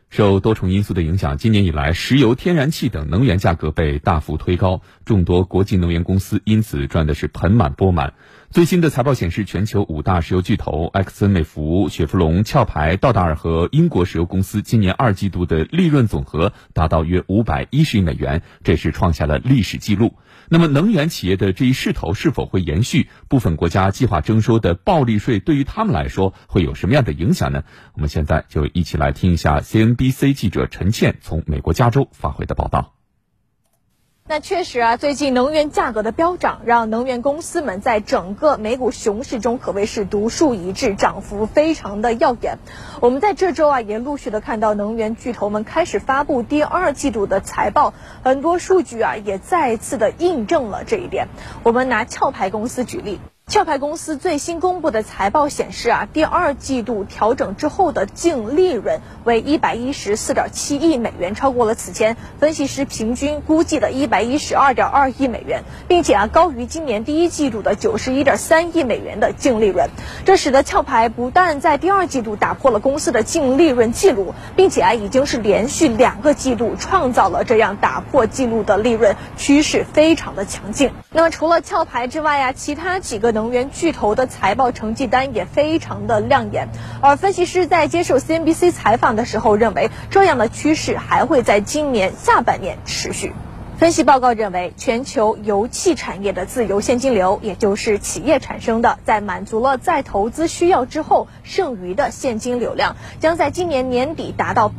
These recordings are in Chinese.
受多重因素的影响，今年以来，石油、天然气等能源价格被大幅推高，众多国际能源公司因此赚的是盆满钵满。最新的财报显示，全球5大石油巨头埃克森美孚、雪佛龙、壳牌、道达尔和英国石油公司今年2季度的利润总和达到约510亿美元，这是创下了历史记录。那么能源企业的这一势头是否会延续？部分国家计划征收的暴利税对于他们来说会有什么样的影响呢？我们现在就一起来听一下 CNBC 记者陈倩从美国加州发回的报道。 那确实啊，最近能源价格的飙涨，让能源公司们在整个美股熊市中可谓是独树一帜，涨幅非常的耀眼。我们在这周啊，也陆续的看到能源巨头们开始发布第2季度的财报，很多数据啊也再一次的印证了这一点。我们拿壳牌公司举例。壳牌公司最新公布的财报显示啊，第2季度调整之后的净利润为114.7亿美元，超过了此前分析师平均估计的112.2亿美元，并且啊高于今年第1季度的91.3亿美元的净利润。这使得壳牌不但在第2季度打破了公司的净利润记录，并且啊已经是连续2个季度创造了这样打破记录的利润，趋势非常的强劲。那么除了壳牌之外啊，其他几个能源巨头的财报成绩单也非常的亮眼，而分析师在接受 CNBC 采访的时候认为，这样的趋势还会在今年下半年持续。分析报告认为，全球油气产业的自由现金流，也就是企业产生的在满足了再投资需要之后剩余的现金流量，将在今年年底达到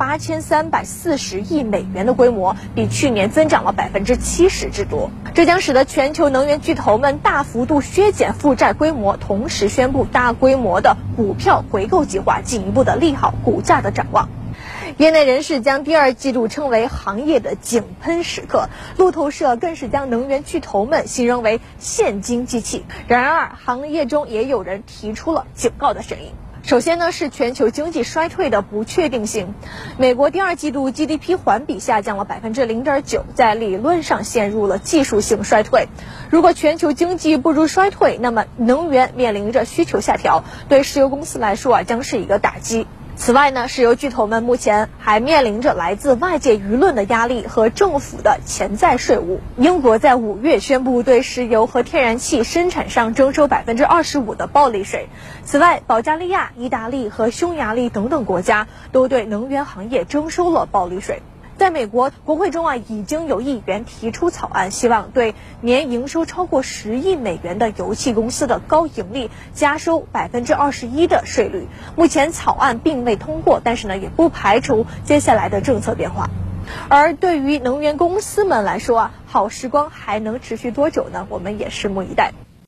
8340亿美元的规模，比去年增长了70%之多。这将使得全球能源巨头们大幅度削减负债规模，同时宣布大规模的股票回购计划，进一步的利好股价的展望。业内人士将第2季度称为行业的井喷时刻，路透社更是将能源巨头们形容为现金机器。然而，行业中也有人提出了警告的声音。首先呢，是全球经济衰退的不确定性。美国第2季度 GDP 环比下降了0.9%，在理论上陷入了技术性衰退。如果全球经济步入衰退，那么能源面临着需求下调，对石油公司来说将是一个打击。此外呢，石油巨头们目前还面临着来自外界舆论的压力和政府的潜在税务。英国在5月宣布对石油和天然气生产商征收25%的暴利税。此外，保加利亚、意大利和匈牙利等等国家都对能源行业征收了暴利税。在美国国会中已经有议员提出草案，希望对年营收超过10亿美元的油气公司的高盈利加收21%的税率。目前草案并未通过，但是呢，也不排除接下来的政策变化。而对于能源公司们来说好时光还能持续多久呢？我们也拭目以待。